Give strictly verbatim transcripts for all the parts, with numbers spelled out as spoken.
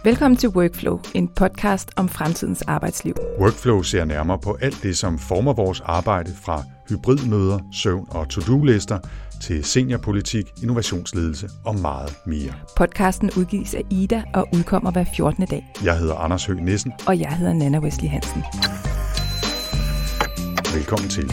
Velkommen til Workflow, en podcast om fremtidens arbejdsliv. Workflow ser nærmere på alt det, som former vores arbejde, fra hybridmøder, søvn og to-do-lister til seniorpolitik, innovationsledelse og meget mere. Podcasten udgives af Ida og udkommer hver fjortende dag. Jeg hedder Anders Høgh Nissen. Og jeg hedder Nanna Wesley Hansen. Velkommen til.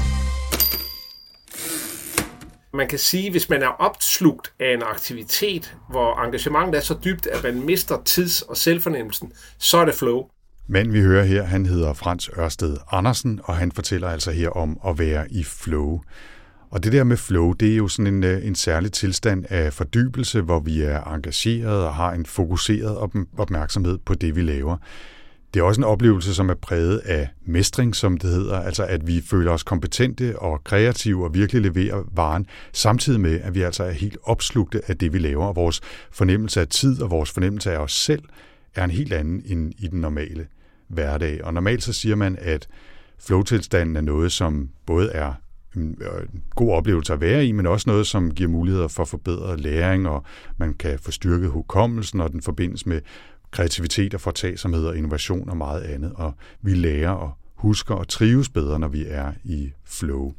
Man kan sige, hvis man er opslugt af en aktivitet, hvor engagementet er så dybt, at man mister tids- og selvfornemmelsen, så er det flow. Manden, vi hører her, han hedder Frans Ørsted Andersen, og han fortæller altså her om at være i flow. Og det der med flow, det er jo sådan en, en særlig tilstand af fordybelse, hvor vi er engageret og har en fokuseret opmærksomhed på det, vi laver. Det er også en oplevelse, som er præget af mestring, som det hedder, altså at vi føler os kompetente og kreative og virkelig leverer varen, samtidig med, at vi altså er helt opslugte af det, vi laver, og vores fornemmelse af tid og vores fornemmelse af os selv er en helt anden end i den normale hverdag. Og normalt så siger man, at flow-tilstanden er noget, som både er en god oplevelse at være i, men også noget, som giver muligheder for forbedret læring, og man kan få styrket hukommelsen, og den forbindes med kreativitet og fortagsomhed og innovation og meget andet, og vi lærer og husker og trives bedre, når vi er i flow.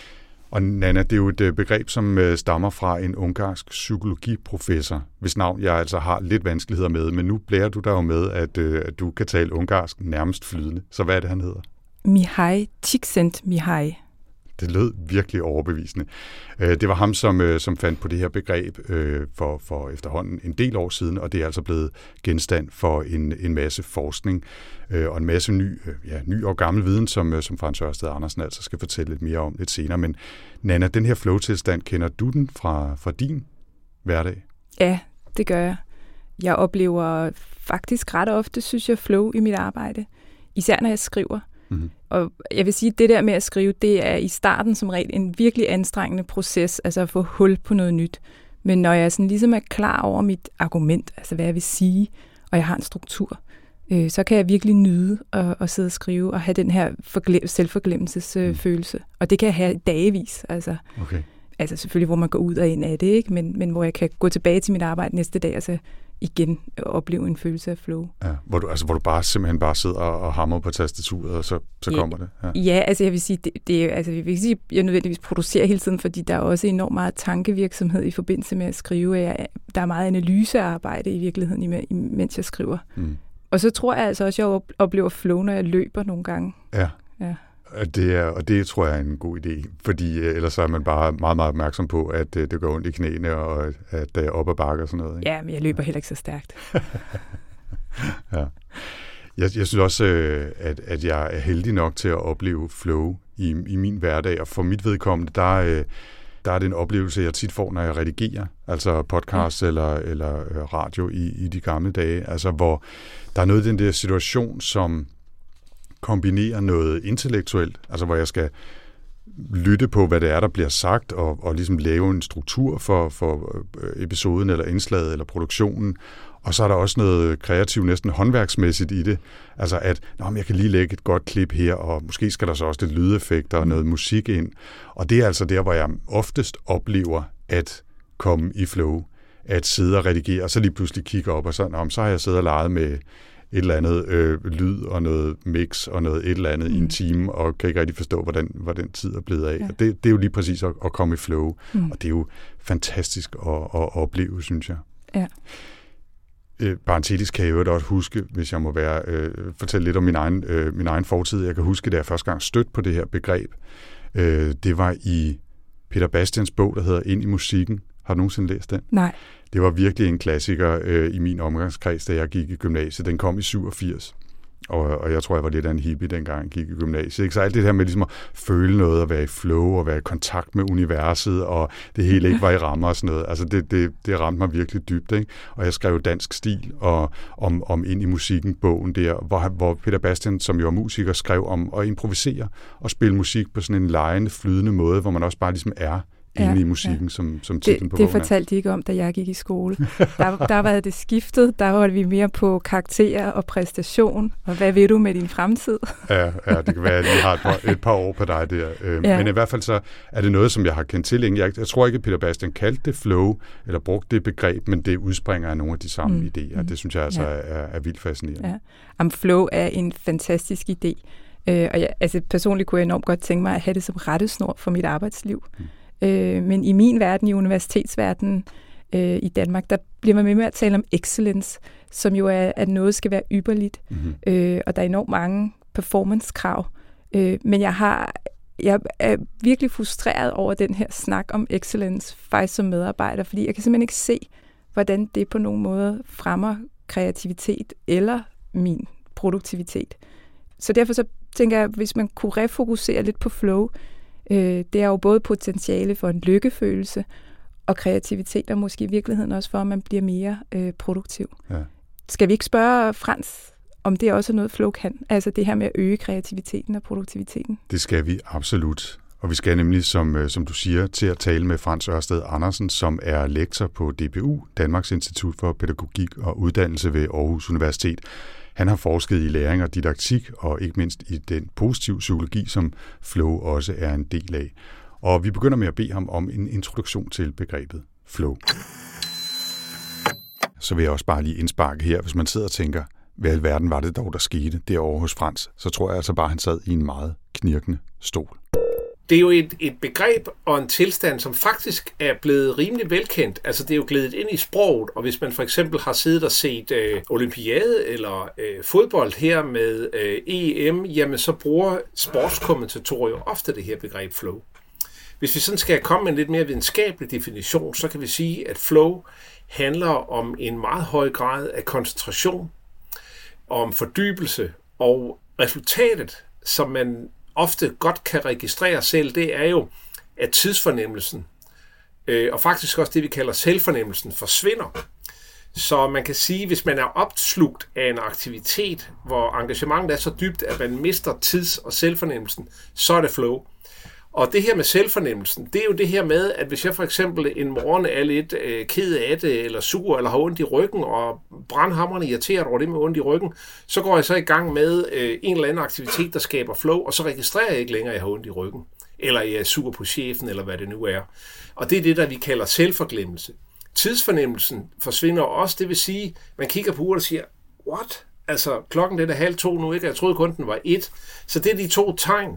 Og Nanna, det er jo et begreb, som stammer fra en ungarsk psykologiprofessor, hvis navn jeg altså har lidt vanskeligheder med, men nu blærer du dig jo med, at, at du kan tale ungarsk nærmest flydende. Så hvad er det, han hedder? Mihai Csikszentmihalyi. Det lød virkelig overbevisende. Det var ham, som, som fandt på det her begreb for, for efterhånden en del år siden, og det er altså blevet genstand for en, en masse forskning og en masse ny, ja, ny og gammel viden, som, som Frans Ørsted Andersen altså skal fortælle lidt mere om lidt senere. Men Nanna, den her flow-tilstand, kender du den fra, fra din hverdag? Ja, det gør jeg. Jeg oplever faktisk ret ofte, synes jeg, flow i mit arbejde. Især når jeg skriver. Mm-hmm. Og jeg vil sige, at det der med at skrive, det er i starten som regel en virkelig anstrengende proces, altså at få hul på noget nyt. Men når jeg sådan ligesom er klar over mit argument, altså hvad jeg vil sige, og jeg har en struktur, øh, så kan jeg virkelig nyde at, at sidde og skrive og have den her forglem- selvforglemmelsesfølelse. Mm. Og det kan jeg have dagevis. Altså, okay. altså selvfølgelig, hvor man går ud og ind af det, ikke? Men, men hvor jeg kan gå tilbage til mit arbejde næste dag og så igen opleve en følelse af flow. Ja, hvor du, altså, hvor du bare simpelthen bare sidder og hamrer på tastaturet, og så, så ja, kommer det. Ja. ja, altså jeg vil sige, det, det, altså, jeg vil ikke sige, at jeg nødvendigvis producerer hele tiden, fordi der er også enormt meget tankevirksomhed i forbindelse med at skrive. Jeg, der er meget analysearbejde i virkeligheden, mens jeg skriver. Mm. Og så tror jeg altså også, at jeg oplever flow, når jeg løber nogle gange. Ja. Ja. Det er, og det tror jeg er en god idé, fordi ellers er man bare meget, meget opmærksom på, at det går ondt i knæene, og at det er op ad bakke og sådan noget. Ikke? Ja, men jeg løber heller ikke så stærkt. ja. jeg, jeg synes også, at, at jeg er heldig nok til at opleve flow i, i min hverdag, og for mit vedkommende, der, der er det en oplevelse, jeg tit får, når jeg redigerer, altså podcast ja. eller, eller radio i, i de gamle dage, altså hvor der er noget i den der situation, som kombinere noget intellektuelt, altså hvor jeg skal lytte på, hvad det er, der bliver sagt, og, og ligesom lave en struktur for, for episoden, eller indslaget, eller produktionen. Og så er der også noget kreativt, næsten håndværksmæssigt i det. Altså at, nå, men jeg kan lige lægge et godt klip her, og måske skal der så også lidt lydeffekter og noget musik ind. Og det er altså der, hvor jeg oftest oplever at komme i flow, at sidde og redigere, og så lige pludselig kigge op, og så, nå, så har jeg siddet og leget med et eller andet øh, lyd og noget mix og noget et eller andet mm. i en time, og kan ikke rigtig forstå, hvordan, hvordan tid er blevet af. Ja. Og det, det er jo lige præcis at, at komme i flow, mm. og det er jo fantastisk at, at opleve, synes jeg. Ja. Øh, parentetisk kan jeg jo også huske, hvis jeg må være, øh, fortælle lidt om min egen, øh, min egen fortid. Jeg kan huske, da jeg første gang stødte på det her begreb. Øh, det var i Peter Bastians bog, der hedder Ind i musikken. Har du nogensinde læst den? Nej. Det var virkelig en klassiker øh, i min omgangskreds, da jeg gik i gymnasiet. Den kom i syvogfirs, og, og jeg tror, jeg var lidt af en hippie, dengang jeg gik i gymnasiet. Ikke? Så alt det her med ligesom at føle noget, at være i flow, og være i kontakt med universet, og det hele ikke var i rammer og sådan noget. Altså det, det, det ramte mig virkelig dybt. Ikke? Og jeg skrev dansk stil og om, om Ind i musikken, bogen der, hvor, hvor Peter Bastian, som jo er musiker, skrev om at improvisere og spille musik på sådan en legende, flydende måde, hvor man også bare ligesom er inde ja, i musikken, ja. som, som titlen det, på det bogen er. fortalte de ikke om, da jeg gik i skole. Der, der var det skiftet, der var vi mere på karakterer og præstation, og hvad vil du med din fremtid? Ja, ja, det kan være, at jeg har et par, et par år på dig der. Øh, ja. Men i hvert fald så er det noget, som jeg har kendt til længe. Jeg, jeg tror ikke, at Peter Bastian kaldte det flow, eller brugte det begreb, men det udspringer af nogle af de samme mm. idéer. Det synes jeg altså ja. er, er vildt fascinerende. Ja. Am flow er en fantastisk idé. Øh, og jeg, altså personligt kunne jeg enormt godt tænke mig at have det som rettesnor for mit arbejdsliv. Mm. Øh, men i min verden, i universitetsverdenen øh, i Danmark, der bliver man med med at tale om excellence, som jo er, at noget skal være ypperligt. Mm-hmm. Øh, og der er enormt mange performance-krav. Øh, men jeg har jeg er virkelig frustreret over den her snak om excellence, faktisk som medarbejder, fordi jeg kan simpelthen ikke se, hvordan det på nogen måde fremmer kreativitet eller min produktivitet. Så derfor så tænker jeg, hvis man kunne refokusere lidt på flow, øh, det er jo både potentiale for en lykkefølelse og kreativitet, og måske i virkeligheden også for, at man bliver mere øh, produktiv. Ja. Skal vi ikke spørge Frans, om det også er noget, flow kan? Altså det her med at øge kreativiteten og produktiviteten? Det skal vi absolut. Og vi skal nemlig, som, som du siger, til at tale med Frans Ørsted Andersen, som er lektor på D P U, Danmarks Institut for Pædagogik og Uddannelse ved Aarhus Universitet. Han har forsket i læring og didaktik, og ikke mindst i den positive psykologi, som flow også er en del af. Og vi begynder med at bede ham om en introduktion til begrebet flow. Så vil jeg også bare lige indsparke her, hvis man sidder og tænker, hvad i alverden var det dog, der skete derovre hos Frans, så tror jeg altså bare, at han sad i en meget knirkende stol. Det er jo et, et begreb og en tilstand, som faktisk er blevet rimelig velkendt. Altså det er jo glædet ind i sproget, og hvis man for eksempel har siddet og set øh, olympiade eller øh, fodbold her med øh, E M, jamen så bruger sportskommentatorer jo ofte det her begreb flow. Hvis vi sådan skal komme med en lidt mere videnskabelig definition, så kan vi sige, at flow handler om en meget høj grad af koncentration, om fordybelse, og resultatet, som man ofte godt kan registrere selv, det er jo, at tidsfornemmelsen, øh, og faktisk også det, vi kalder selvfornemmelsen, forsvinder. Så man kan sige, hvis man er opslugt af en aktivitet, hvor engagementet er så dybt, at man mister tids- og selvfornemmelsen, så er det flow. Og det her med selvfornemmelsen, det er jo det her med, at hvis jeg for eksempel en morgen er lidt øh, ked af det, eller sur, eller har ondt i ryggen, og brandhamrende irriteret over det med ondt i ryggen, så går jeg så i gang med øh, en eller anden aktivitet, der skaber flow, og så registrerer jeg ikke længere, at jeg har ondt i ryggen, eller jeg er sur på chefen, eller hvad det nu er. Og det er det, der vi kalder selvforglemmelse. Tidsfornemmelsen forsvinder også, det vil sige, man kigger på uret og siger, what? Altså, klokken den er halv to nu, ikke? Jeg troede kun, den var et. Så det er de to tegn.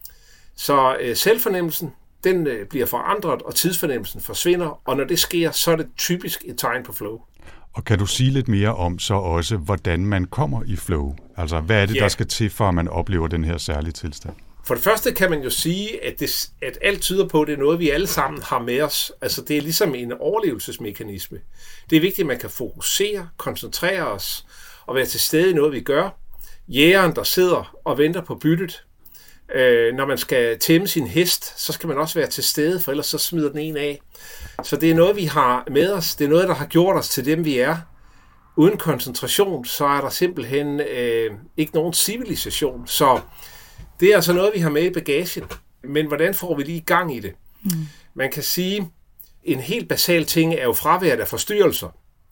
Så øh, selvfornemmelsen, den øh, bliver forandret, og tidsfornemmelsen forsvinder, og når det sker, så er det typisk et tegn på flow. Og kan du sige lidt mere om så også, hvordan man kommer i flow? Altså, hvad er det, ja. der skal til, for at man oplever den her særlige tilstand? For det første kan man jo sige, at, det, at alt tyder på, at det er noget, vi alle sammen har med os. Altså, det er ligesom en overlevelsesmekanisme. Det er vigtigt, at man kan fokusere, koncentrere os, og være til stede i noget, vi gør. Jægeren, der sidder og venter på byttet, Øh, når man skal tæmme sin hest, så skal man også være til stede, for ellers så smider den en af. Så det er noget, vi har med os. Det er noget, der har gjort os til dem, vi er. Uden koncentration, så er der simpelthen øh, ikke nogen civilisation. Så det er altså noget, vi har med i bagagen. Men hvordan får vi lige gang i det? Mm. Man kan sige, en helt basal ting er jo fraværet af forstyrrelser.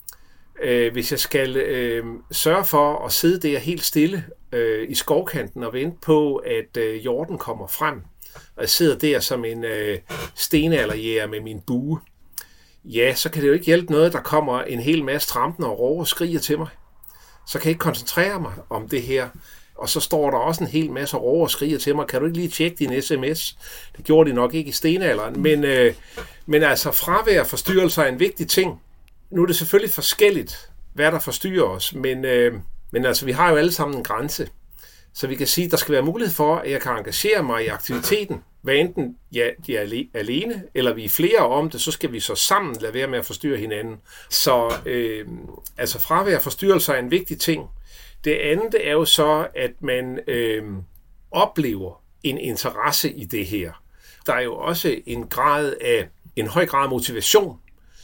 Øh, hvis jeg skal øh, sørge for at sidde der helt stille øh, i skovkanten og vente på, at øh, hjorten kommer frem, og jeg sidder der som en øh, stenalderjæger med min bue, ja, så kan det jo ikke hjælpe noget, der kommer en hel masse trampen og råber og skriger til mig. Så kan jeg ikke koncentrere mig om det her. Og så står der også en hel masse råber og skriger til mig, kan du ikke lige tjekke din sms? Det gjorde de nok ikke i stenalderen, men, øh, men altså fravær og forstyrrelser er en vigtig ting. Nu er det selvfølgelig forskelligt, hvad der forstyrrer os, men, øh, men altså, vi har jo alle sammen en grænse. Så vi kan sige, at der skal være mulighed for, at jeg kan engagere mig i aktiviteten. Hvad enten jeg er alene, eller vi er flere om det, så skal vi så sammen lade være med at forstyrre hinanden. Så øh, altså fravær og forstyrrelser er en vigtig ting. Det andet er jo så, at man øh, oplever en interesse i det her. Der er jo også en grad af, en høj grad af motivation.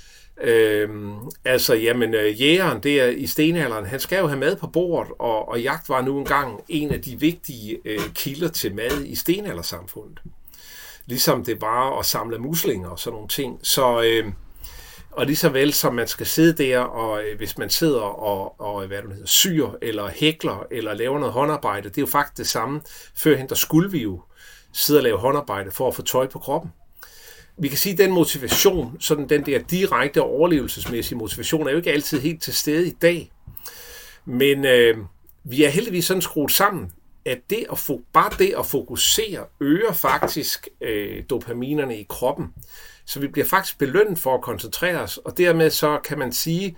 Øhm, altså, jamen, jægeren der i stenalderen, han skal jo have mad på bordet, og, og jagt var nu engang en af de vigtige øh, kilder til mad i stenaldersamfundet. ligesom det var at samle muslinger og sådan nogle ting. Så, øh, og lige så vel som man skal sidde der, og øh, hvis man sidder og, og hvad det hedder, syr, eller hækler, eller laver noget håndarbejde, det er jo faktisk det samme. Førhen der skulle vi jo sidde og lave håndarbejde for at få tøj på kroppen. Vi kan sige, at den motivation, sådan den der direkte overlevelsesmæssige motivation, er jo ikke altid helt til stede i dag. Men øh, vi er heldigvis sådan skruet sammen, at det at få, bare det at fokusere øger faktisk øh, dopaminerne i kroppen. Så vi bliver faktisk belønnet for at koncentrere os, og dermed så kan man sige,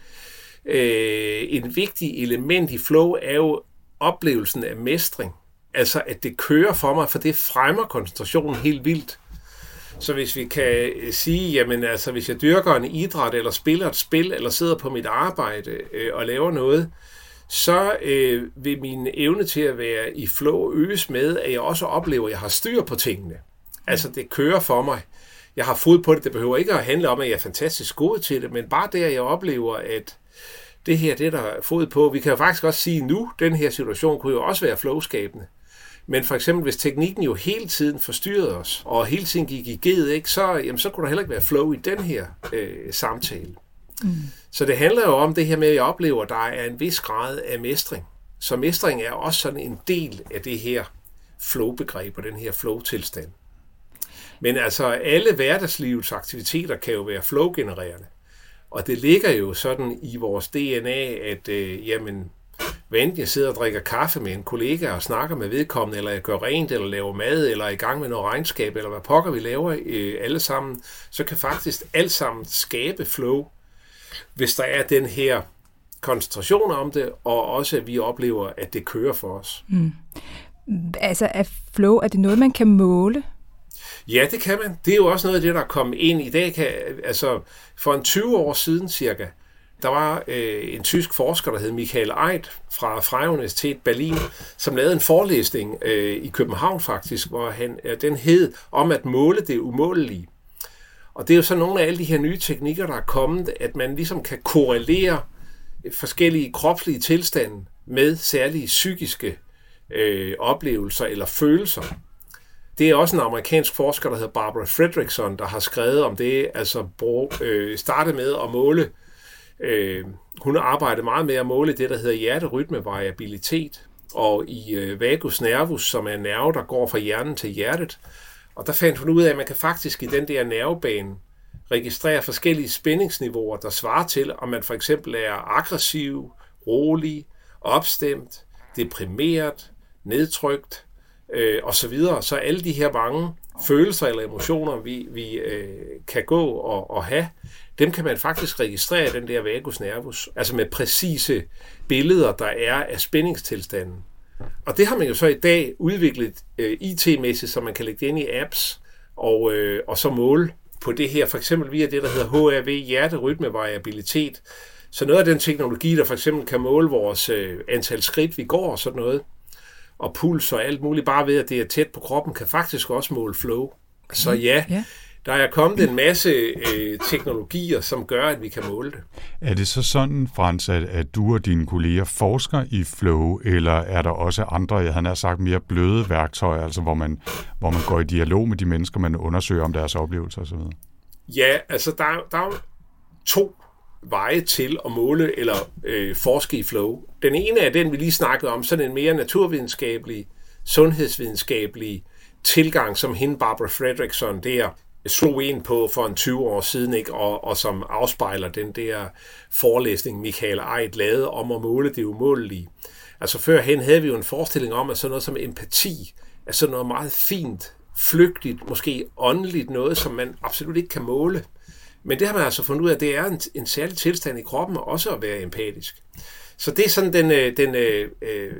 øh, en vigtig element i flow er jo oplevelsen af mestring. Altså at det kører for mig, for det fremmer koncentrationen helt vildt. Så hvis vi kan sige, jamen altså hvis jeg dyrker en idræt, eller spiller et spil, eller sidder på mit arbejde øh, og laver noget, så øh, vil min evne til at være i flow øges med, at jeg også oplever, at jeg har styr på tingene. Altså det kører for mig. Jeg har fod på det. Det behøver ikke at handle om, at jeg er fantastisk god til det, men bare det, at jeg oplever, at det her, det der er fod på. Vi kan jo faktisk også sige nu, den her situation kunne jo også være flowskabende. Men for eksempel, hvis teknikken jo hele tiden forstyrrede os, og hele tiden gik i ged, ikke, så, jamen, så kunne der heller ikke være flow i den her øh, samtale. Mm. Så det handler jo om det her med, at jeg oplever, at der er en vis grad af mestring. Så mestring er også sådan en del af det her flow-begreb og den her flow-tilstand. Men altså, alle hverdagslivets aktiviteter kan jo være flow-genererende. Og det ligger jo sådan i vores D N A, at øh, jamen, hvad enten jeg sidder og drikker kaffe med en kollega og snakker med vedkommende, eller jeg gør rent, eller laver mad, eller er i gang med noget regnskab, eller hvad pokker vi laver øh, alle sammen, så kan faktisk alt sammen skabe flow, hvis der er den her koncentration om det, og også at vi oplever, at det kører for os. Mm. Altså er flow, er det noget, man kan måle? Ja, det kan man. Det er jo også noget af det, der er kommet ind i dag. Kan, altså for en tyve år siden cirka, der var øh, en tysk forsker, der hed Michael Eid fra Freie Universitet Berlin, som lavede en forelæsning øh, i København faktisk, hvor han, øh, den hed om at måle det umålelige. Og det er jo så nogle af alle de her nye teknikker, der er kommet, at man ligesom kan korrelere forskellige kropslige tilstande med særlige psykiske øh, oplevelser eller følelser. Det er også en amerikansk forsker, der hedder Barbara Fredrickson, der har skrevet om det, altså øh, starte med at måle. Øh, hun har arbejdet meget med at måle det, der hedder hjerterytmevariabilitet, og i øh, vagus nervus, som er en nerve, der går fra hjernen til hjertet. Og der fandt hun ud af, at man kan faktisk i den der nervebane registrere forskellige spændingsniveauer, der svarer til, om man for eksempel er aggressiv, rolig, opstemt, deprimeret, nedtrykt, øh, og så videre. Så alle de her mange følelser eller emotioner, vi, vi øh, kan gå og, og have, dem kan man faktisk registrere i den der vagus nervus, altså med præcise billeder, der er af spændingstilstanden. Og det har man jo så i dag udviklet øh, I T-mæssigt, så man kan lægge det ind i apps, og, øh, og så måle på det her, for eksempel via det, der hedder H R V, hjerterytmevariabilitet. Så noget af den teknologi, der for eksempel kan måle vores øh, antal skridt, vi går og sådan noget, og puls og alt muligt, bare ved at det er tæt på kroppen, kan faktisk også måle flow. Så ja, ja. Der er kommet en masse øh, teknologier, som gør, at vi kan måle det. Er det så sådan, Frans, at, at du og dine kolleger forsker i flow, eller er der også andre, jeg havde nær sagt, mere bløde værktøjer, altså hvor man, hvor man går i dialog med de mennesker, man undersøger om deres oplevelser osv.? Ja, altså der, der er jo to veje til at måle eller øh, forske i flow. Den ene er den, vi lige snakkede om, sådan en mere naturvidenskabelig, sundhedsvidenskabelig tilgang, som hende Barbara Fredrickson der slog ind på for en tyve år siden, ikke? Og, og som afspejler den der forelæsning, Michael Eid lavede om at måle det umålelige. Altså førhen havde vi jo en forestilling om, at sådan noget som empati er sådan noget meget fint, flygtigt, måske åndeligt, noget, som man absolut ikke kan måle. Men det har man altså fundet ud af, at det er en, en særlig tilstand i kroppen, også at være empatisk. Så det er sådan den, den øh,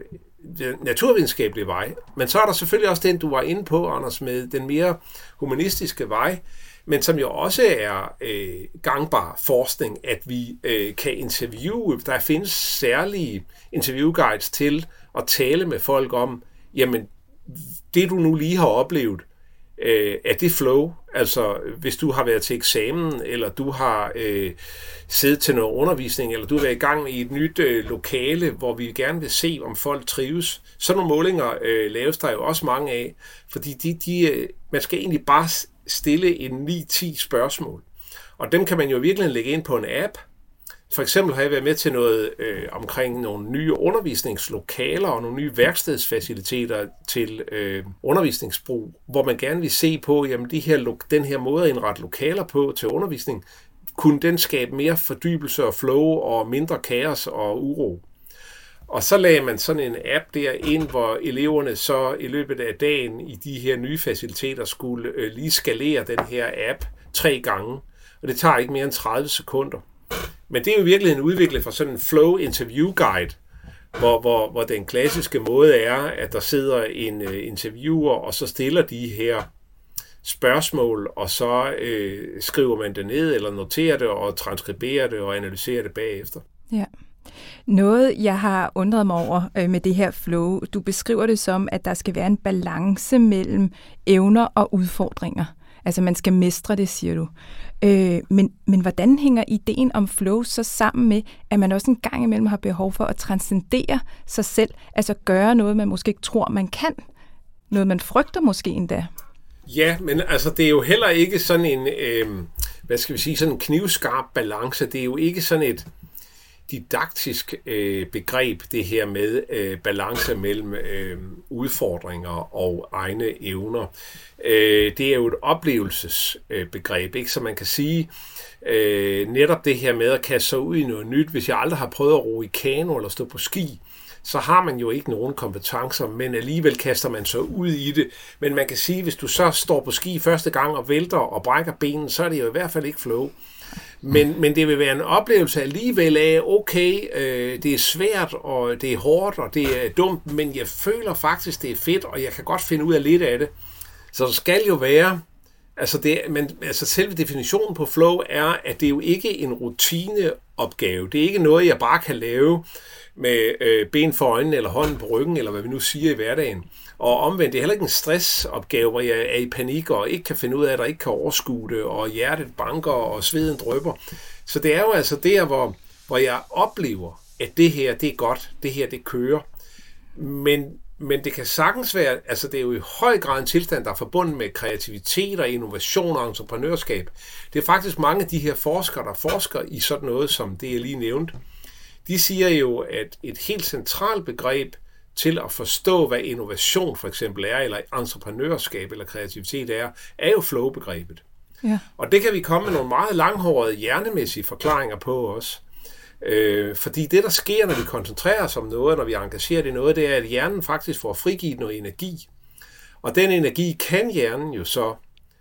den naturvidenskabelige vej. Men så er der selvfølgelig også den, du var inde på, Anders, med den mere humanistiske vej, men som jo også er øh, gangbar forskning, at vi øh, kan interviewe. Der findes særlige interviewguides til at tale med folk om, jamen, det du nu lige har oplevet, øh, er det flow? Altså, hvis du har været til eksamen, eller du har øh, siddet til noget undervisning, eller du har været i gang i et nyt øh, lokale, hvor vi gerne vil se, om folk trives. Sådan nogle målinger øh, laves der jo også mange af, fordi de, de, øh, man skal egentlig bare stille en ni ti spørgsmål. Og dem kan man jo virkelig lægge ind på en app. For eksempel har jeg været med til noget øh, omkring nogle nye undervisningslokaler og nogle nye værkstedsfaciliteter til øh, undervisningsbrug, hvor man gerne vil se på, jamen de her, den her måde at indrette lokaler på til undervisning, kunne den skabe mere fordybelse og flow og mindre kaos og uro. Og så lagde man sådan en app der ind, hvor eleverne så i løbet af dagen i de her nye faciliteter skulle øh, lige skalere den her app tre gange. Og det tager ikke mere end tredive sekunder. Men det er jo virkelig en udvikling fra sådan en flow interview guide, hvor, hvor, hvor den klassiske måde er, at der sidder en uh, interviewer, og så stiller de her spørgsmål, og så øh, skriver man det ned, eller noterer det, og transkriberer det, og analyserer det bagefter. Ja. Noget, jeg har undret mig over øh, med det her flow, du beskriver det som, at der skal være en balance mellem evner og udfordringer. Altså man skal mestre det, siger du. Øh, men, men hvordan hænger ideen om flow så sammen med, at man også en gang imellem har behov for at transcendere sig selv, altså gøre noget, man måske ikke tror, man kan, noget man frygter måske endda? Ja, men altså det er jo heller ikke sådan en, øh, hvad skal vi sige, sådan en knivskarp balance. Det er jo ikke sådan et didaktisk øh, begreb, det her med øh, balance mellem øh, udfordringer og egne evner. Øh, det er jo et oplevelsesbegreb, ikke? Så man kan sige, øh, netop det her med at kaste sig ud i noget nyt. Hvis jeg aldrig har prøvet at ro i kano eller stå på ski, så har man jo ikke nogen kompetencer, men alligevel kaster man sig ud i det. Men man kan sige, hvis du så står på ski første gang og vælter og brækker benen, så er det jo i hvert fald ikke flow. Men, men det vil være en oplevelse alligevel af, okay, øh, det er svært, og det er hårdt, og det er dumt, men jeg føler faktisk, det er fedt, og jeg kan godt finde ud af lidt af det. Så der skal jo være, altså, det, men, altså selve definitionen på flow er, at det er jo ikke en rutineopgave. Det er ikke noget, jeg bare kan lave med øh, ben for øjnene, eller hånden på ryggen, eller hvad vi nu siger i hverdagen. Og omvendt, det er heller ikke en stressopgave, hvor jeg er i panik og ikke kan finde ud af det, og ikke kan overskue det, og hjertet banker, og sveden drypper. Så det er jo altså der, hvor, hvor jeg oplever, at det her, det er godt, det her, det kører. Men, men det kan sagtens være, altså det er jo i høj grad en tilstand, der er forbundet med kreativitet og innovation og entreprenørskab. Det er faktisk mange af de her forskere, der forsker i sådan noget, som det jeg lige nævnte. De siger jo, at et helt centralt begreb til at forstå, hvad innovation for eksempel er, eller entreprenørskab eller kreativitet er, er jo flow-begrebet. Ja. Og det kan vi komme med nogle meget langhårede hjernemæssige forklaringer på os. Øh, fordi det, der sker, når vi koncentrerer os om noget, når vi engagerer det i noget, det er, at hjernen faktisk får frigivet noget energi. Og den energi kan hjernen jo så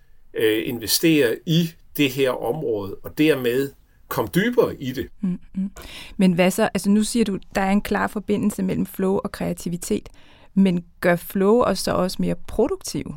øh, investere i det her område, og dermed kom dybere i det. Mm-hmm. Men hvad så? Altså nu siger du, der er en klar forbindelse mellem flow og kreativitet, men gør flow os så også mere produktiv?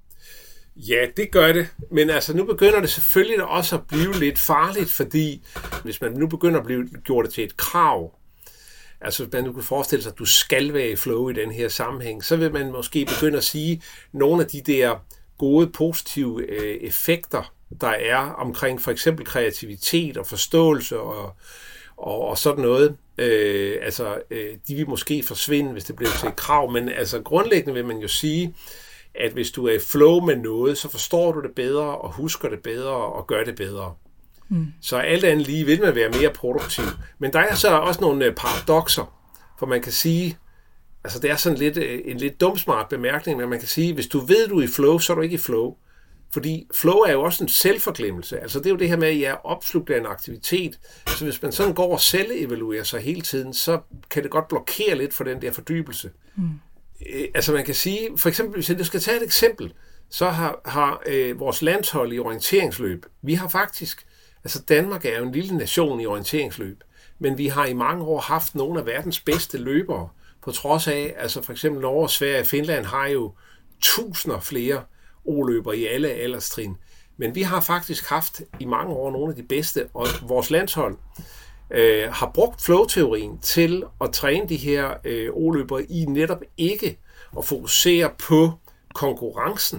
Ja, det gør det. Men altså nu begynder det selvfølgelig også at blive lidt farligt, fordi hvis man nu begynder at blive gjort det til et krav, altså hvis man nu kan forestille sig, at du skal være i flow i den her sammenhæng, så vil man måske begynde at sige nogle af de der gode, positive øh, effekter, der er omkring for eksempel kreativitet og forståelse og, og, og sådan noget. Øh, altså, øh, de vil måske forsvinde, hvis det bliver til et krav, men altså grundlæggende vil man jo sige, at hvis du er i flow med noget, så forstår du det bedre og husker det bedre og gør det bedre. Mm. Så alt andet lige vil man være mere produktiv. Men der er så også nogle paradokser, for man kan sige, altså det er sådan lidt, en lidt dumsmart bemærkning, men man kan sige, hvis du ved, du er i flow, så er du ikke i flow. Fordi flow er jo også en selvforglemmelse. Altså det er jo det her med, at jeg er opslugt af en aktivitet. Så hvis man sådan går og selv-evaluerer sig hele tiden, så kan det godt blokere lidt for den der fordybelse. Mm. Øh, altså man kan sige, for eksempel, hvis jeg skal tage et eksempel, så har, har øh, vores landshold i orienteringsløb, vi har faktisk, altså Danmark er jo en lille nation i orienteringsløb, men vi har i mange år haft nogle af verdens bedste løbere, på trods af, altså for eksempel Norge, Sverige og Finland har jo tusinder flere O-løber i alle alderstrin. Men vi har faktisk haft i mange år nogle af de bedste, og vores landshold øh, har brugt flow-teorien til at træne de her øh, O-løbere i netop ikke at fokusere på konkurrencen,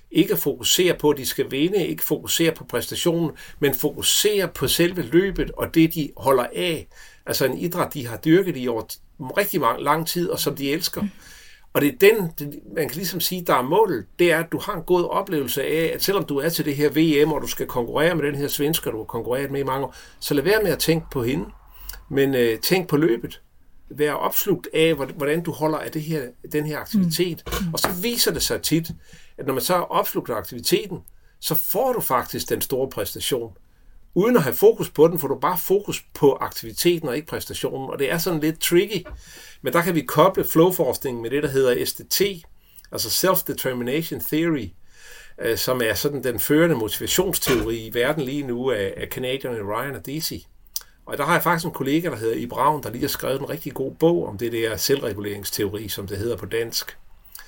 Ikke fokusere på, at de skal vinde, ikke fokusere på præstationen, men fokusere på selve løbet og det, de holder af. Altså en idræt, de har dyrket i over rigtig lang, lang tid, og som de elsker. Og det er den, det, man kan ligesom sige, der er målet, det er, at du har en god oplevelse af, at selvom du er til det her V M, og du skal konkurrere med den her svensker, du har konkurreret med i mange år, så lad være med at tænke på hende, men øh, tænk på løbet. Vær opslugt af, hvordan du holder af det her, den her aktivitet. Mm. Og så viser det sig tit, at når man så er opslugt af aktiviteten, så får du faktisk den store præstation. Uden at have fokus på den, får du bare fokus på aktiviteten og ikke præstationen. Og det er sådan lidt tricky. Men der kan vi koble flowforskningen med det, der hedder S D T, altså Self-Determination Theory, som er sådan den førende motivationsteori i verden lige nu af canadierne Ryan og Deci. Og der har jeg faktisk en kollega, der hedder I Braun, der lige har skrevet en rigtig god bog om det der selvreguleringsteori, som det hedder på dansk.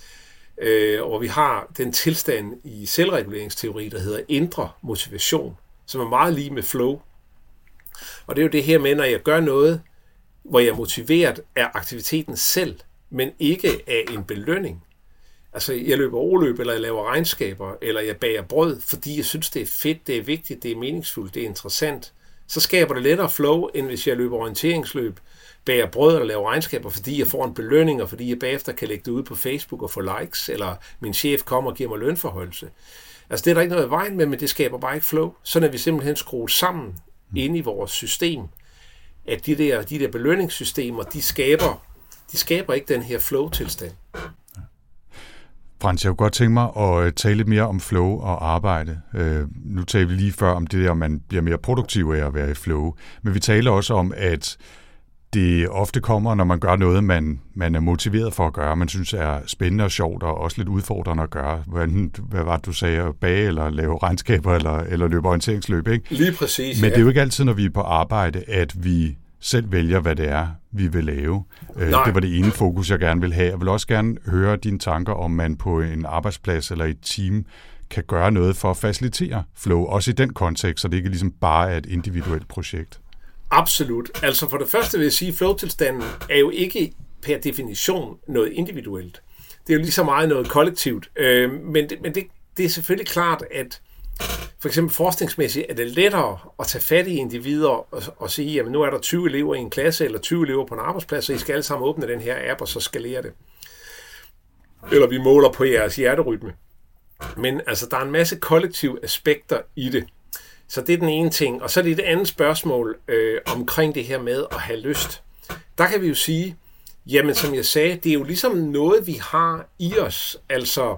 Øh, og vi har den tilstand i selvreguleringsteori, der hedder indre motivation, som er meget lige med flow. Og det er jo det her med, når jeg gør noget, hvor jeg er motiveret af aktiviteten selv, men ikke af en belønning. Altså, jeg løber overløb, eller jeg laver regnskaber, eller jeg bager brød, fordi jeg synes, det er fedt, det er vigtigt, det er meningsfuldt, det er interessant. Så skaber det lettere flow, end hvis jeg løber orienteringsløb, bager brød eller laver regnskaber, fordi jeg får en belønning, og fordi jeg bagefter kan lægge det ud på Facebook og få likes, eller min chef kommer og giver mig lønforhøjelse. Altså, det er der ikke noget i vejen med, men det skaber bare ikke flow. Sådan er vi simpelthen skruet sammen inde i vores system, at de der, de der belønningssystemer, de skaber, de skaber ikke den her flow-tilstand. Frans, jeg kunne godt tænke mig at tale lidt mere om flow og arbejde. Øh, nu taler vi lige før om det der, man bliver mere produktiv af at være i flow. Men vi taler også om, at det ofte kommer, når man gør noget, man, man er motiveret for at gøre. Man synes er spændende og sjovt og også lidt udfordrende at gøre. Hvad, hvad var det, du sagde? At bage eller lave regnskaber eller, eller løbe orienteringsløb, ikke? Lige præcis, Men ja. det er jo ikke altid, når vi er på arbejde, at vi selv vælger, hvad det er, vi vil lave. Nej. Det var det ene fokus, jeg gerne vil have. Jeg vil også gerne høre dine tanker, om man på en arbejdsplads eller et team kan gøre noget for at facilitere flow, også i den kontekst, så det ikke ligesom bare er et individuelt projekt. Absolut. Altså for det første vil jeg sige, at flow-tilstanden er jo ikke per definition noget individuelt. Det er jo lige så meget noget kollektivt. Øh, men det, men det, det er selvfølgelig klart, at for eksempel forskningsmæssigt er det lettere at tage fat i individer og, og sige, at nu er der tyve elever i en klasse eller tyve elever på en arbejdsplads, så I skal alle sammen åbne den her app og så skalere det. Eller vi måler på jeres hjerterytme. Men altså, der er en masse kollektive aspekter i det. Så det er den ene ting. Og så er det et andet spørgsmål øh, omkring det her med at have lyst. Der kan vi jo sige, jamen som jeg sagde, det er jo ligesom noget, vi har i os. Altså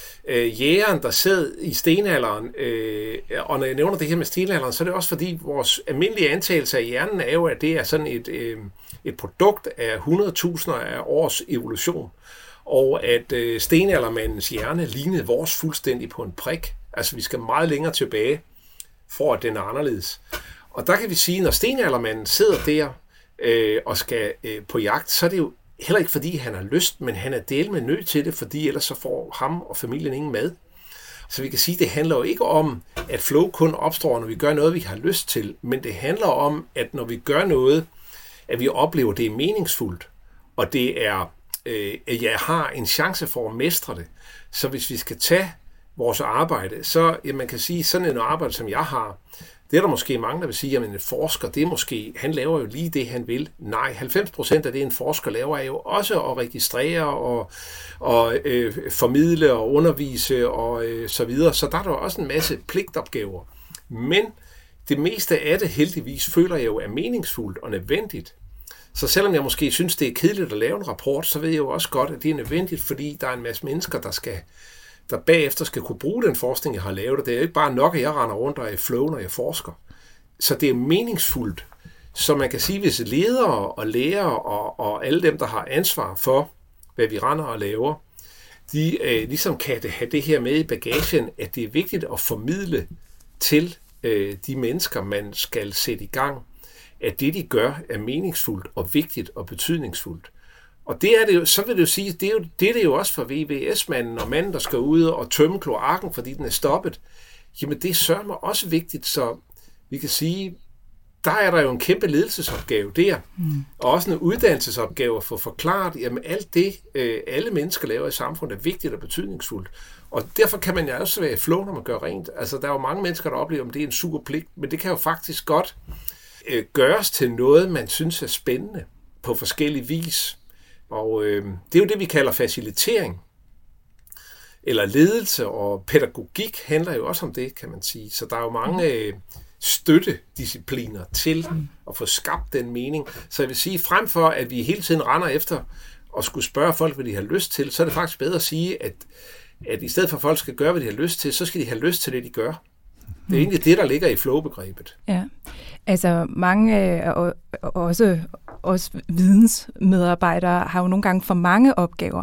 øh, jægeren, der sad i stenalderen, øh, og når jeg nævner det her med stenalderen, så er det også fordi, vores almindelige antagelse af hjernen er jo, at det er sådan et, øh, et produkt af hundredtusinder af års evolution. Og at øh, stenaldermandens hjerne lignede vores fuldstændig på en prik. Altså vi skal meget længere tilbage, for at den er anderledes. Og der kan vi sige, når stenaldermanden sidder der øh, og skal øh, på jagt, så er det jo heller ikke fordi, han har lyst, men han er del med nødt til det, fordi ellers så får ham og familien ingen mad. Så vi kan sige, det handler jo ikke om, at flow kun opstår, når vi gør noget, vi har lyst til, men det handler om, at når vi gør noget, at vi oplever, at det er meningsfuldt, og det er, øh, at jeg har en chance for at mestre det. Så hvis vi skal tage vores arbejde, så ja, man kan sige, sådan et arbejde, som jeg har, det er der måske mange, der vil sige, at en forsker, det er måske, han laver jo lige det, han vil. Nej, halvfems procent af det, en forsker laver, er jo også at registrere og, og øh, formidle og undervise og øh, så videre. Så der er der også en masse pligtopgaver. Men det meste af det, heldigvis, føler jeg jo er meningsfuldt og nødvendigt. Så selvom jeg måske synes, det er kedeligt at lave en rapport, så ved jeg jo også godt, at det er nødvendigt, fordi der er en masse mennesker, der skal der bagefter skal kunne bruge den forskning, jeg har lavet. Det er jo ikke bare nok, at jeg render rundt og er i flow, når jeg forsker. Så det er meningsfuldt. Så man kan sige, hvis ledere og lærere og, og alle dem, der har ansvar for, hvad vi render og laver, de øh, ligesom kan have det her med i bagagen, at det er vigtigt at formidle til øh, de mennesker, man skal sætte i gang, at det, de gør, er meningsfuldt og vigtigt og betydningsfuldt. Og det er det jo, så vil det jo sige, det er jo, det er det jo også for V V S-manden og manden, der skal ud og tømme kloakken, fordi den er stoppet. Jamen det sørger mig også vigtigt, så vi kan sige, der er der jo en kæmpe ledelsesopgave der, mm. og også en uddannelsesopgave for at få forklaret, jamen alt det, øh, alle mennesker laver i samfundet, er vigtigt og betydningsfuldt. Og derfor kan man jo også være i flow, når man gør rent. Altså, der er jo mange mennesker, der oplever, at det er en super pligt, men det kan jo faktisk godt øh, gøres til noget, man synes er spændende på forskellige vis. Og øh, det er jo det, vi kalder facilitering. Eller ledelse og pædagogik handler jo også om det, kan man sige. Så der er jo mange øh, støttediscipliner til at få skabt den mening. Så jeg vil sige, frem for at vi hele tiden render efter og skulle spørge folk, hvad de har lyst til, så er det faktisk bedre at sige, at, at i stedet for at folk skal gøre, hvad de har lyst til, så skal de have lyst til det, de gør. Det er egentlig det, der ligger i flow-begrebet. Ja, altså mange og også, også vidensmedarbejdere har jo nogle gange for mange opgaver,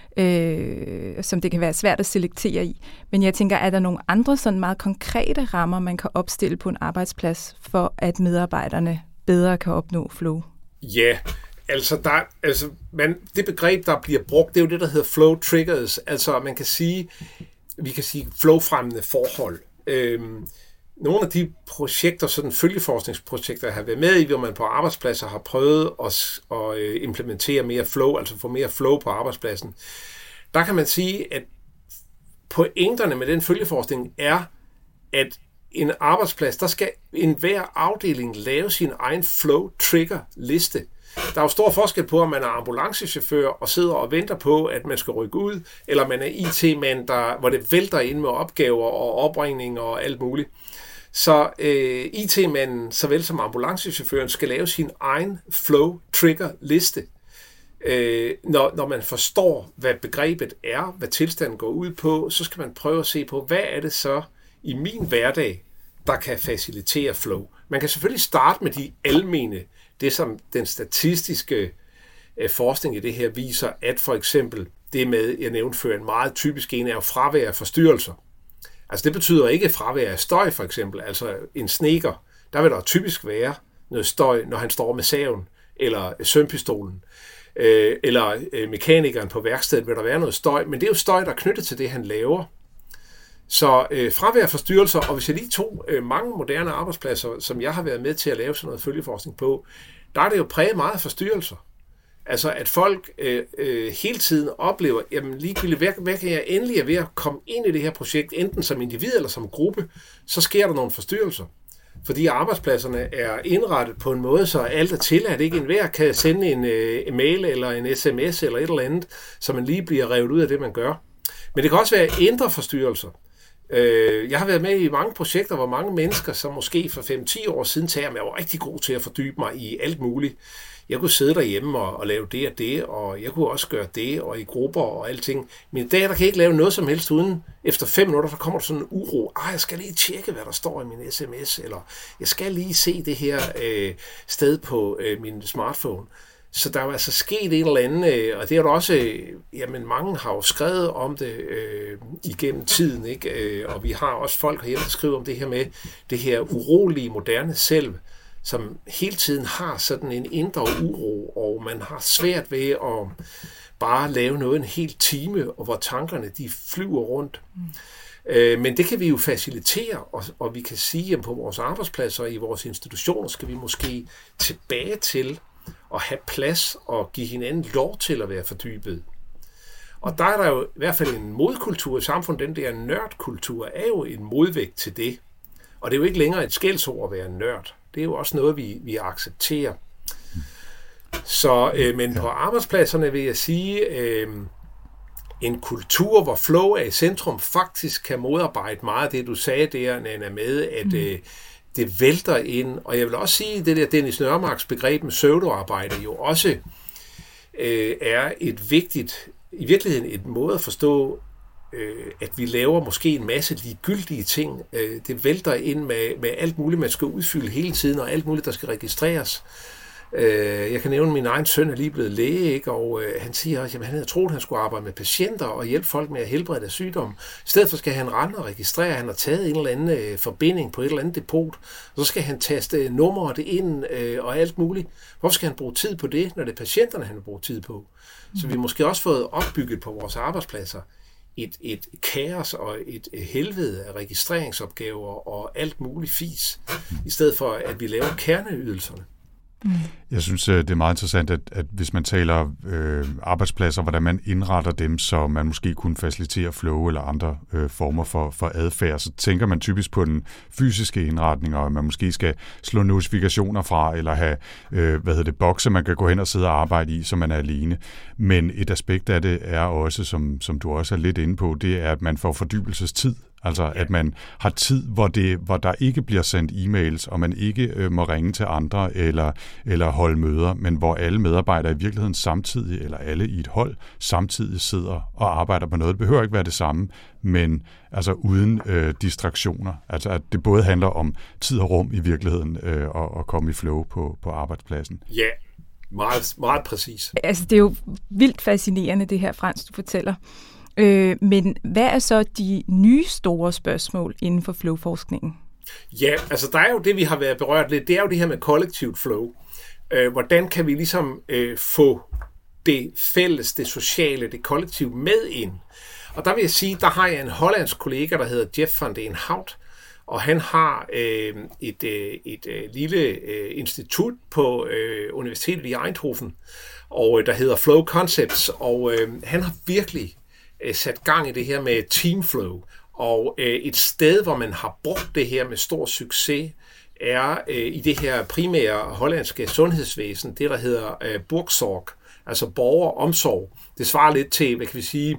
øh, som det kan være svært at selektere i. Men jeg tænker, er der nogle andre sådan meget konkrete rammer, man kan opstille på en arbejdsplads, for at medarbejderne bedre kan opnå flow? Ja, altså, der, altså man, det begreb, der bliver brugt, det er jo det, der hedder flow triggers. Altså man kan sige, vi kan sige flow-fremmende forhold. Øhm, nogle af de projekter, sådan følgeforskningsprojekter, jeg har været med i, hvor man på arbejdspladser har prøvet at, at implementere mere flow, altså få mere flow på arbejdspladsen, der kan man sige, at pointerne med den følgeforskning er, at en arbejdsplads, der skal enhver afdeling lave sin egen flow-trigger-liste. Der er jo stor forskel på, om man er ambulancechauffør og sidder og venter på, at man skal rykke ud, eller man er I T-mand, der, hvor det vælter ind med opgaver og opringninger og alt muligt. Så øh, I T-manden, såvel som ambulancechaufføren, skal lave sin egen flow-trigger-liste. Øh, når, når man forstår, hvad begrebet er, hvad tilstanden går ud på, så skal man prøve at se på, hvad er det så i min hverdag, der kan facilitere flow. Man kan selvfølgelig starte med de almene, det som den statistiske øh, forskning i det her viser, at for eksempel det med, jeg nævnte før, en meget typisk en er jo fravær af forstyrrelser. Altså det betyder ikke fravær af støj for eksempel, altså en snedker, der vil der typisk være noget støj, når han står med saven, eller sømpistolen, øh, eller øh, mekanikeren på værkstedet vil der være noget støj, men det er jo støj, der er knyttet til det, han laver. Så øh, fravær af forstyrrelser, og hvis jeg lige tog øh, mange moderne arbejdspladser, som jeg har været med til at lave sådan noget følgeforskning på, der er det jo præget meget af forstyrrelser. Altså at folk øh, øh, hele tiden oplever, jamen ligegyldigt, hvad, hvad kan jeg endelig er ved at komme ind i det her projekt, enten som individ eller som gruppe, så sker der nogle forstyrrelser. Fordi arbejdspladserne er indrettet på en måde, så alt er tilladt. Ikke enhver kan sende en øh, mail eller en sms eller et eller andet, så man lige bliver revet ud af det, man gør. Men det kan også være indre forstyrrelser. Jeg har været med i mange projekter, hvor mange mennesker, som måske for fem til ti år siden tager, jeg var rigtig god til at fordybe mig i alt muligt. Jeg kunne sidde derhjemme og, og lave det og det, og jeg kunne også gøre det, og i grupper og alting. Men i dag, der kan jeg ikke lave noget som helst uden. Efter fem minutter, så kommer der sådan en uro. Ah, jeg skal lige tjekke, hvad der står i min sms, eller jeg skal lige se det her øh, sted på øh, min smartphone. Så der er jo altså sket en eller anden, øh, og det er jo også, øh, jamen mange har jo skrevet om det øh, igennem tiden, ikke? Øh, og vi har også folk herhjemme, der skriver om det her med det her urolige moderne selv, som hele tiden har sådan en indre uro, og man har svært ved at bare lave noget en hel time, og hvor tankerne de flyver rundt. Mm. Øh, men det kan vi jo facilitere, og, og vi kan sige, at på vores arbejdspladser og i vores institutioner skal vi måske tilbage til at have plads og give hinanden lov til at være fordybet. Og der er der jo i hvert fald en modkultur i samfundet. Den der nørdkultur er jo en modvægt til det. Og det er jo ikke længere et skældsord at være nørd. Det er jo også noget, vi, vi accepterer. Så, øh, men på arbejdspladserne vil jeg sige, øh, en kultur, hvor flow er i centrum, faktisk kan modarbejde meget af det, du sagde der, Nanna, med, at øh, det vælter ind. Og jeg vil også sige, at det der Dennis Nørmarks begreb med pseudoarbejde jo også øh, er et vigtigt, i virkeligheden et måde at forstå, øh, at vi laver måske en masse ligegyldige ting. Øh, det vælter ind med, med alt muligt, man skal udfylde hele tiden, og alt muligt, der skal registreres. Øh, jeg kan nævne, at min egen søn er lige blevet læge, ikke? Og øh, han siger også, at han havde troet, at han skulle arbejde med patienter og hjælpe folk med at helbrede deres sygdom. I stedet for skal han rende og registrere, at han har taget en eller anden øh, forbinding på et eller andet depot, og så skal han taste øh, nummeret ind øh, og alt muligt. Hvorfor skal han bruge tid på det, når det er patienterne, han vil bruge tid på? Mm. Så vi har måske også fået opbygget på vores arbejdspladser et, et kaos og et helvede af registreringsopgaver og alt muligt fis, i stedet for at vi laver kerneydelserne. Mm. Jeg synes, det er meget interessant, at, at hvis man taler øh, arbejdspladser, hvordan man indretter dem, så man måske kunne facilitere flow eller andre øh, former for, for adfærd, så tænker man typisk på den fysiske indretning, og man måske skal slå notifikationer fra, eller have øh, hvad hedder det, bokse, man kan gå hen og sidde og arbejde i, så man er alene. Men et aspekt af det er også, som, som du også er lidt inde på, det er, at man får fordybelsestid. Altså, at man har tid, hvor, det, hvor der ikke bliver sendt e-mails, og man ikke øh, må ringe til andre eller, eller holde møder, men hvor alle medarbejdere i virkeligheden samtidig, eller alle i et hold, samtidig sidder og arbejder på noget. Det behøver ikke være det samme, men altså uden øh, distraktioner. Altså, at det både handler om tid og rum i virkeligheden, øh, og, og komme i flow på, på arbejdspladsen. Ja, yeah. meget, meget præcis. Altså, det er jo vildt fascinerende, det her, Frans, du fortæller. Øh, men hvad er så de nye store spørgsmål inden for flowforskningen? Ja, altså der er jo det, vi har været berørt lidt, det er jo det her med kollektivt flow. Øh, hvordan kan vi ligesom øh, få det fælles, det sociale, det kollektive med ind? Og der vil jeg sige, der har jeg en hollandsk kollega, der hedder Jeff van den Hout, og han har øh, et, øh, et øh, lille øh, institut på øh, Universitetet i Eindhoven, og øh, der hedder Flow Concepts, og øh, han har virkelig sat gang i det her med teamflow, og øh, et sted, hvor man har brugt det her med stor succes, er øh, i det her primære hollandske sundhedsvæsen, det der hedder øh, Borgzorg, altså borgeromsorg. Det svarer lidt til, hvad kan vi sige,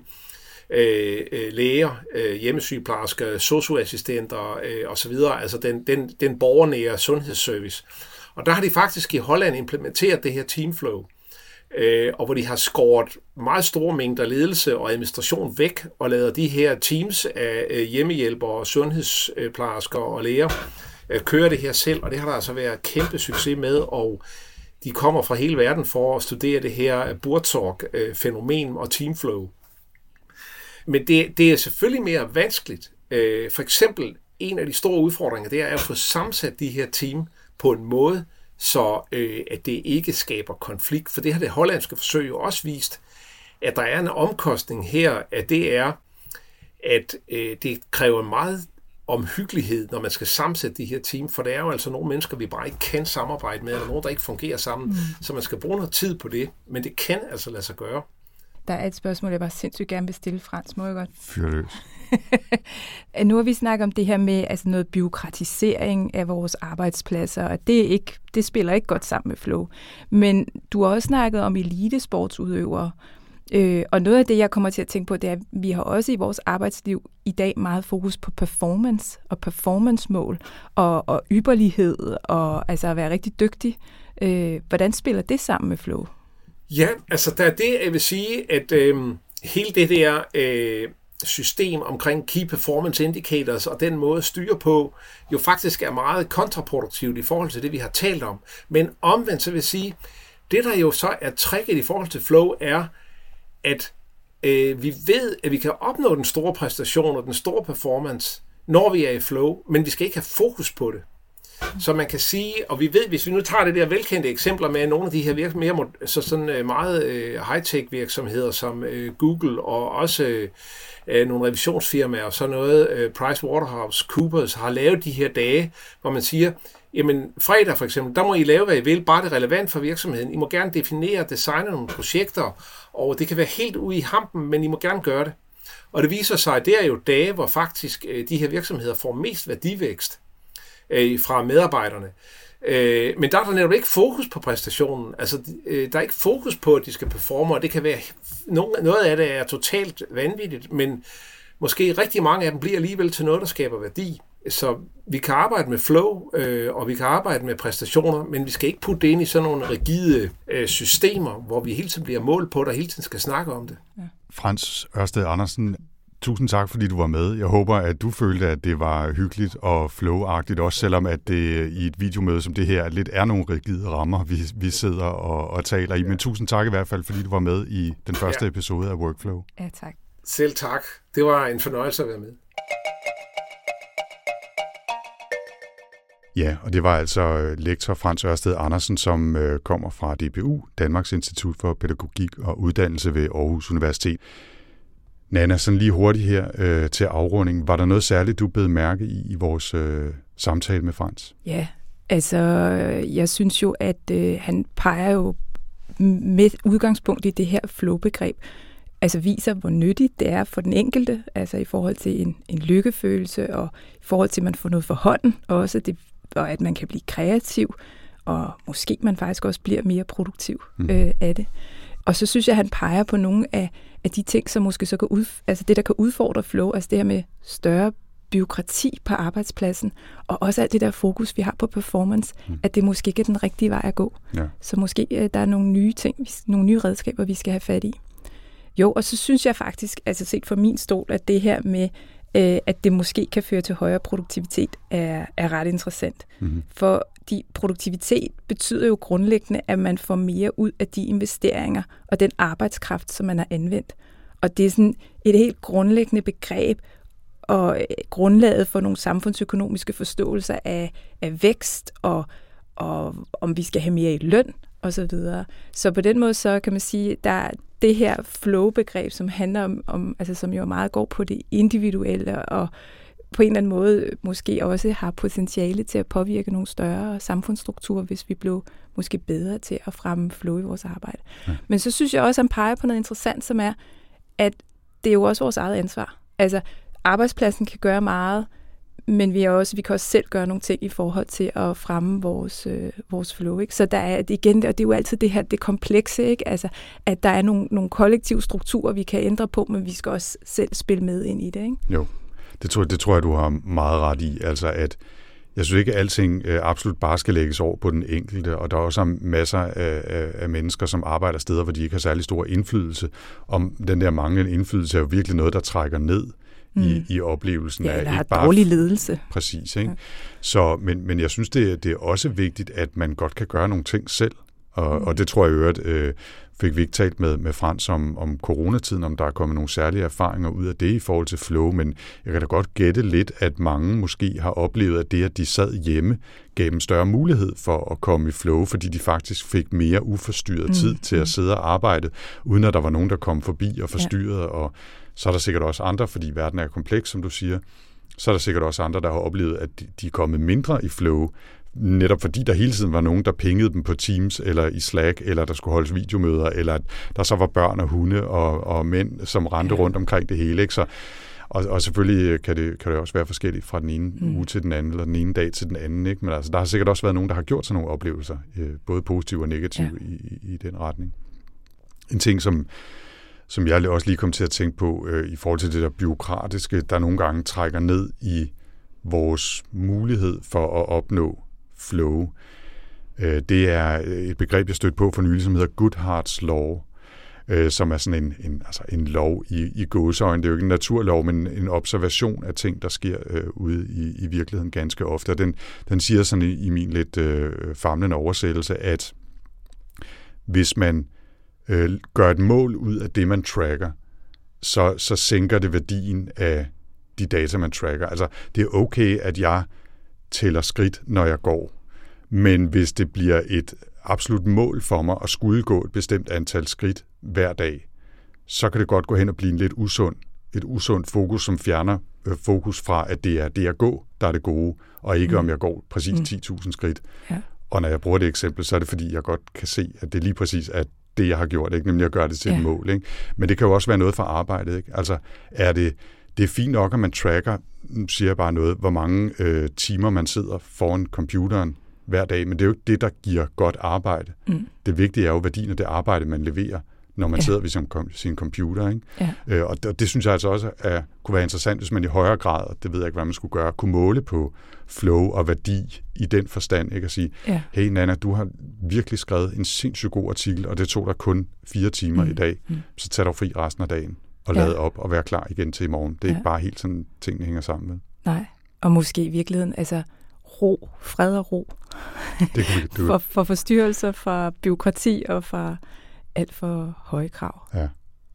øh, læger, øh, hjemmesygeplejersker, sosu-assistenter øh, osv., altså den, den, den borgernære sundhedsservice. Og der har de faktisk i Holland implementeret det her teamflow, Øh, og hvor de har skåret meget store mængder ledelse og administration væk, og lavet de her teams af øh, hjemmehjælpere, sundhedsplejersker og læger øh, køre det her selv, og det har der altså været kæmpe succes med, og de kommer fra hele verden for at studere det her Borgzorg-fænomen og teamflow. Men det, det er selvfølgelig mere vanskeligt. Øh, for eksempel, en af de store udfordringer, det er at få sammensat de her team på en måde, så øh, at det ikke skaber konflikt. For det har det hollandske forsøg jo også vist, at der er en omkostning her, at det er, at øh, det kræver meget omhyggelighed, når man skal sammensætte de her team, for der er jo altså nogle mennesker, vi bare ikke kan samarbejde med, eller nogen, der ikke fungerer sammen, mm. så man skal bruge noget tid på det, men det kan altså lade sig gøre. Der er et spørgsmål, jeg bare sindssygt gerne vil stille, Frans. Må jeg godt? Fyr løs. Nu har vi snakket om det her med altså noget bureaukratisering af vores arbejdspladser, og det, er ikke, det spiller ikke godt sammen med flow. Men du har også snakket om elitesportsudøvere, øh, og noget af det, jeg kommer til at tænke på, det er, at vi har også i vores arbejdsliv i dag meget fokus på performance og performancemål og, og ypperlighed og altså at være rigtig dygtig. Øh, hvordan spiller det sammen med flow? Ja, altså der er det, jeg vil sige, at øh, hele det der øh, system omkring Key Performance Indicators og den måde at styre på, jo faktisk er meget kontraproduktivt i forhold til det, vi har talt om. Men omvendt så vil jeg sige, det der jo så er tricket i forhold til flow, er, at øh, vi ved, at vi kan opnå den store præstation og den store performance, når vi er i flow, men vi skal ikke have fokus på det. Så man kan sige, og vi ved, hvis vi nu tager det der velkendte eksempler med nogle af de her virk- mere, så sådan meget øh, high-tech virksomheder som øh, Google og også øh, nogle revisionsfirmaer og sådan noget, øh, PricewaterhouseCoopers har lavet de her dage, hvor man siger, jamen fredag for eksempel, der må I lave, hvad I vil, bare det er relevant for virksomheden. I må gerne definere og designe nogle projekter, og det kan være helt ude i hampen, men I må gerne gøre det. Og det viser sig, at det er jo dage, hvor faktisk øh, de her virksomheder får mest værdivækst fra medarbejderne. Men der er der netop ikke fokus på præstationen. Altså, der er ikke fokus på, at de skal performe, og det kan være, noget af det er totalt vanvittigt, men måske rigtig mange af dem bliver alligevel til noget, der skaber værdi. Så vi kan arbejde med flow, og vi kan arbejde med præstationer, men vi skal ikke putte det ind i sådan nogle rigide systemer, hvor vi hele tiden bliver målt på det, og hele tiden skal snakke om det. Ja. Frans Ørsted Andersen, tusind tak, fordi du var med. Jeg håber, at du følte, at det var hyggeligt og flow-agtigt, også selvom at det i et videomøde som det her lidt er nogle rigide rammer, vi, vi sidder og, og taler i. Men tusind tak i hvert fald, fordi du var med i den første ja. episode af Workflow. Ja, tak. Selv tak. Det var en fornøjelse at være med. Ja, og det var altså lektor Frans Ørsted Andersen, som øh, kommer fra D P U, Danmarks Institut for Pædagogik og Uddannelse ved Aarhus Universitet. Nanna, sådan lige hurtigt her øh, til afrunding. Var der noget særligt, du bed mærke i i vores øh, samtale med Frans? Ja, Altså, jeg synes jo, at øh, han peger jo med udgangspunkt i det her flow-begreb, altså viser, hvor nyttigt det er for den enkelte, altså i forhold til en, en lykkefølelse, og i forhold til, at man får noget for hånden også, det, og at man kan blive kreativ, og måske man faktisk også bliver mere produktiv mm. øh, af det. Og så synes jeg, at han peger på nogle af, af de ting, som måske så kan ud, altså det, der kan udfordre flow, altså det her med større bureaukrati på arbejdspladsen, og også alt det der fokus, vi har på performance, mm. at det måske ikke er den rigtige vej at gå. Ja. Så måske øh, der er nogle nye ting, nogle nye redskaber, vi skal have fat i. Jo, og så synes jeg faktisk, altså set fra min stol, at det her med, øh, at det måske kan føre til højere produktivitet, er, er ret interessant. Mm-hmm. For de produktivitet betyder jo grundlæggende, at man får mere ud af de investeringer og den arbejdskraft, som man har anvendt. Og det er sådan et helt grundlæggende begreb, og grundlaget for nogle samfundsøkonomiske forståelser af, af vækst, og, og om vi skal have mere i løn, og så videre. Så på den måde, så kan man sige, der det her flow-begreb, som handler om, om, altså som jo meget går på det individuelle, og på en eller anden måde måske også har potentiale til at påvirke nogle større samfundsstrukturer, hvis vi blev måske bedre til at fremme flow i vores arbejde. Ja. Men så synes jeg også, at han peger på noget interessant, som er, at det er jo også vores eget ansvar. Altså, arbejdspladsen kan gøre meget, men vi, er også, vi kan også selv gøre nogle ting i forhold til at fremme vores, øh, vores flow. Ikke? Så der er det igen, og det er jo altid det her, det komplekse, ikke? Altså, at der er nogle, nogle kollektive strukturer, vi kan ændre på, men vi skal også selv spille med ind i det. Ikke? Jo, det tror, det tror jeg, du har meget ret i. Altså, at jeg synes ikke, at alting øh, absolut bare skal lægges over på den enkelte, og der er også masser af, af, af mennesker, som arbejder steder, hvor de ikke har særlig stor indflydelse. Om den der manglende indflydelse er jo virkelig noget, der trækker ned I, i oplevelsen ja, af ikke bare bare dårlig ledelse. Præcis, ikke? Ja. Så, men, men jeg synes, det, det er også vigtigt, at man godt kan gøre nogle ting selv. Og, mm. og det tror jeg i øvrigt, øh, fik vi ikke talt med, med Frans om, om coronatiden, om der er kommet nogle særlige erfaringer ud af det i forhold til flow, men jeg kan da godt gætte lidt, at mange måske har oplevet, at det, at de sad hjemme, gav dem større mulighed for at komme i flow, fordi de faktisk fik mere uforstyrret mm. tid til at sidde og arbejde, uden at der var nogen, der kom forbi og forstyrrede, ja. Og så er der sikkert også andre, fordi verden er kompleks, som du siger, så er der sikkert også andre, der har oplevet, at de er kommet mindre i flow, netop fordi der hele tiden var nogen, der pingede dem på Teams, eller i Slack, eller der skulle holdes videomøder, eller at der så var børn og hunde og, og mænd, som rendte rundt omkring det hele. Ikke? Så, og, og selvfølgelig kan det, kan det også være forskelligt fra den ene mm. uge til den anden, eller den ene dag til den anden. Ikke? Men altså, der har sikkert også været nogen, der har gjort sådan nogle oplevelser, både positive og negative ja. i, i den retning. En ting, som som jeg også lige kom til at tænke på øh, i forhold til det der bureaukratiske, der nogle gange trækker ned i vores mulighed for at opnå flow. Øh, det er et begreb, jeg stødte på for nylig, som hedder Goodhart's Law, øh, som er sådan en, en, altså en lov i, i gåseøjne. Det er jo ikke en naturlov, men en observation af ting, der sker øh, ude i, i virkeligheden ganske ofte. Og den, den siger sådan i, i min lidt øh, famlende oversættelse, at hvis man Øh, gør et mål ud af det, man tracker, så, så sænker det værdien af de data, man tracker. Altså, det er okay, at jeg tæller skridt, når jeg går. Men hvis det bliver et absolut mål for mig at skulle gå et bestemt antal skridt hver dag, så kan det godt gå hen og blive en lidt usund, et usundt fokus, som fjerner øh, fokus fra, at det er det at gå, der er det gode, og ikke mm. om jeg går præcis ti tusind skridt. Ja. Og når jeg bruger det eksempel, så er det fordi, jeg godt kan se, at det lige præcis er det, jeg har gjort, ikke? Nemlig at gøre det til ja. et mål. Ikke? Men det kan jo også være noget for arbejdet. Ikke? Altså, er det, det er fint nok, at man tracker, nu siger jeg bare noget, hvor mange øh, timer man sidder foran computeren hver dag, men det er jo ikke det, der giver godt arbejde. Mm. Det vigtige er jo værdien af det arbejde, man leverer, når man ja. sidder ved sin, sin computer. Ikke? Ja. Øh, og det, det synes jeg altså også er, kunne være interessant, hvis man i højere grad, det ved jeg ikke, hvad man skulle gøre, kunne måle på flow og værdi i den forstand. Ikke? At sige, ja. hey Nana, du har virkelig skrevet en sindssygt god artikel, og det tog dig kun fire timer mm. i dag. Mm. Så tag dig fri resten af dagen og ja. lad op og vær klar igen til i morgen. Det er ja. ikke bare helt sådan, tingene hænger sammen med. Nej, og måske i virkeligheden, altså ro, fred og ro. Det kunne vi, det for, for forstyrrelser, for bureaukrati og for alt for høje krav. Ja.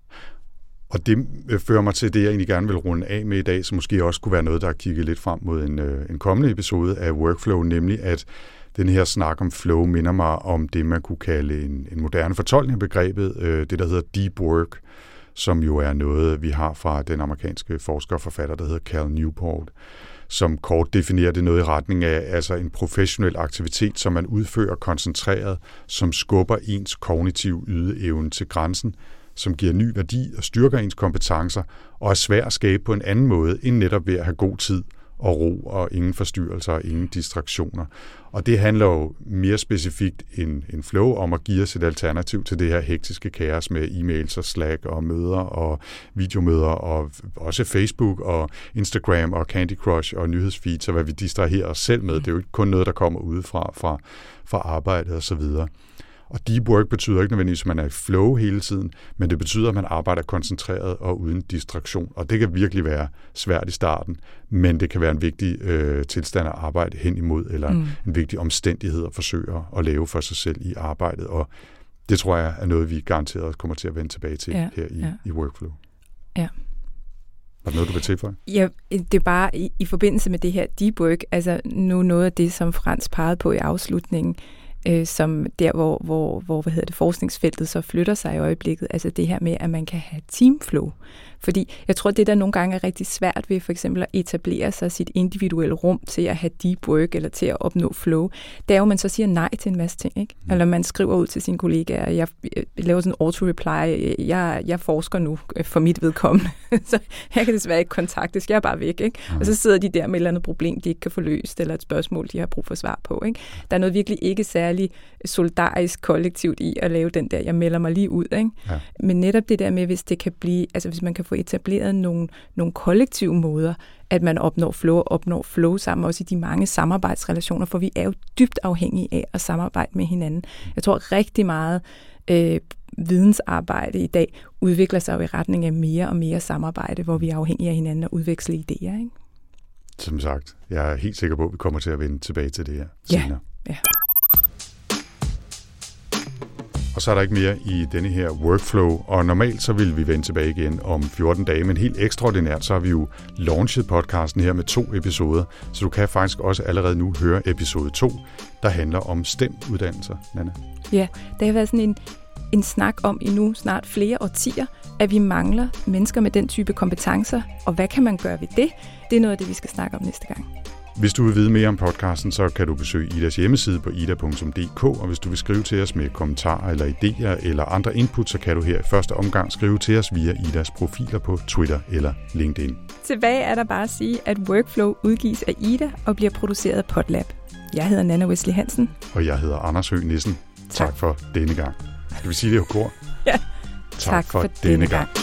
Og det fører mig til det, jeg egentlig gerne vil runde af med i dag, som måske også kunne være noget, der har kigget lidt frem mod en, en kommende episode af Workflow, nemlig at den her snak om flow minder mig om det, man kunne kalde en, en moderne fortolkning af begrebet, det der hedder deep work, som jo er noget, vi har fra den amerikanske forsker og forfatter, der hedder Cal Newport, som kort definerer det noget i retning af altså en professionel aktivitet, som man udfører koncentreret, som skubber ens kognitive ydeevne til grænsen, som giver ny værdi og styrker ens kompetencer, og er svær at skabe på en anden måde, end netop ved at have god tid og ro og ingen forstyrrelser og ingen distraktioner. Og det handler jo mere specifikt end, end flow om at give os et alternativ til det her hektiske kaos med e-mails og Slack og møder og videomøder og også Facebook og Instagram og Candy Crush og nyhedsfeeds og hvad vi distraherer os selv med. Det er jo ikke kun noget, der kommer udefra fra, fra arbejdet og så videre. Og deep work betyder ikke nødvendigvis, at man er i flow hele tiden, men det betyder, at man arbejder koncentreret og uden distraktion. Og det kan virkelig være svært i starten, men det kan være en vigtig øh, tilstand at arbejde hen imod, eller mm. en vigtig omstændighed at forsøge at lave for sig selv i arbejdet. Og det tror jeg er noget, vi garanteret kommer til at vende tilbage til ja, her i, ja. i Workflow. Ja. Var det noget, du vil tilføje? Ja, det er bare i, i forbindelse med det her deep work, altså nu noget af det, som Frans pegede på i afslutningen, Øh, som der, hvor, hvor, hvor hvad hedder det, forskningsfeltet så flytter sig i øjeblikket, altså det her med, at man kan have teamflow. Fordi jeg tror, det der nogle gange er rigtig svært ved for eksempel at etablere sig sit individuelle rum til at have deep work eller til at opnå flow, det er jo, at man så siger nej til en masse ting, ikke? Mm. Eller man skriver ud til sine kollegaer, jeg, jeg laver sådan en auto-reply, jeg, jeg forsker nu for mit vedkommende, så jeg kan desværre ikke kontaktes, jeg er bare væk, ikke? Mm. Og så sidder de der med et eller andet problem, de ikke kan få løst, eller et spørgsmål, de har brug for svar på, ikke? Der er noget virkelig ikke særlig solidarisk kollektivt i at lave den der, jeg melder mig lige ud, ikke? Ja. Men netop det der med, hvis det kan blive, altså hvis man kan få etableret nogle, nogle kollektive måder, at man opnår flow og opnår flow sammen, også i de mange samarbejdsrelationer, for vi er jo dybt afhængige af at samarbejde med hinanden. Jeg tror rigtig meget øh, vidensarbejde i dag udvikler sig jo i retning af mere og mere samarbejde, hvor vi er afhængige af hinanden og udveksle idéer, ikke? Som sagt, jeg er helt sikker på, at vi kommer til at vende tilbage til det her ja. senere. Ja. Og så er der ikke mere i denne her workflow, og normalt så vil vi vende tilbage igen om fjorten dage, men helt ekstraordinært, så har vi jo launchet podcasten her med to episoder, så du kan faktisk også allerede nu høre episode to, der handler om STEM-uddannelser, Nanna. Ja, det har været sådan en, en snak om i nu snart flere årtier, at vi mangler mennesker med den type kompetencer, og hvad kan man gøre ved det? Det er noget af det, vi skal snakke om næste gang. Hvis du vil vide mere om podcasten, så kan du besøge Idas hjemmeside på ida punktum d k, og hvis du vil skrive til os med kommentarer eller idéer eller andre input, så kan du her i første omgang skrive til os via Idas profiler på Twitter eller LinkedIn. Tilbage er der bare at sige, at Workflow udgives af Ida og bliver produceret af Podlab. Jeg hedder Nanna Wesley Hansen. Og jeg hedder Anders Høgh Nissen. Tak, tak for denne gang. Skal vi sige det jo kort? Ja. Tak, tak for, for denne gang. gang.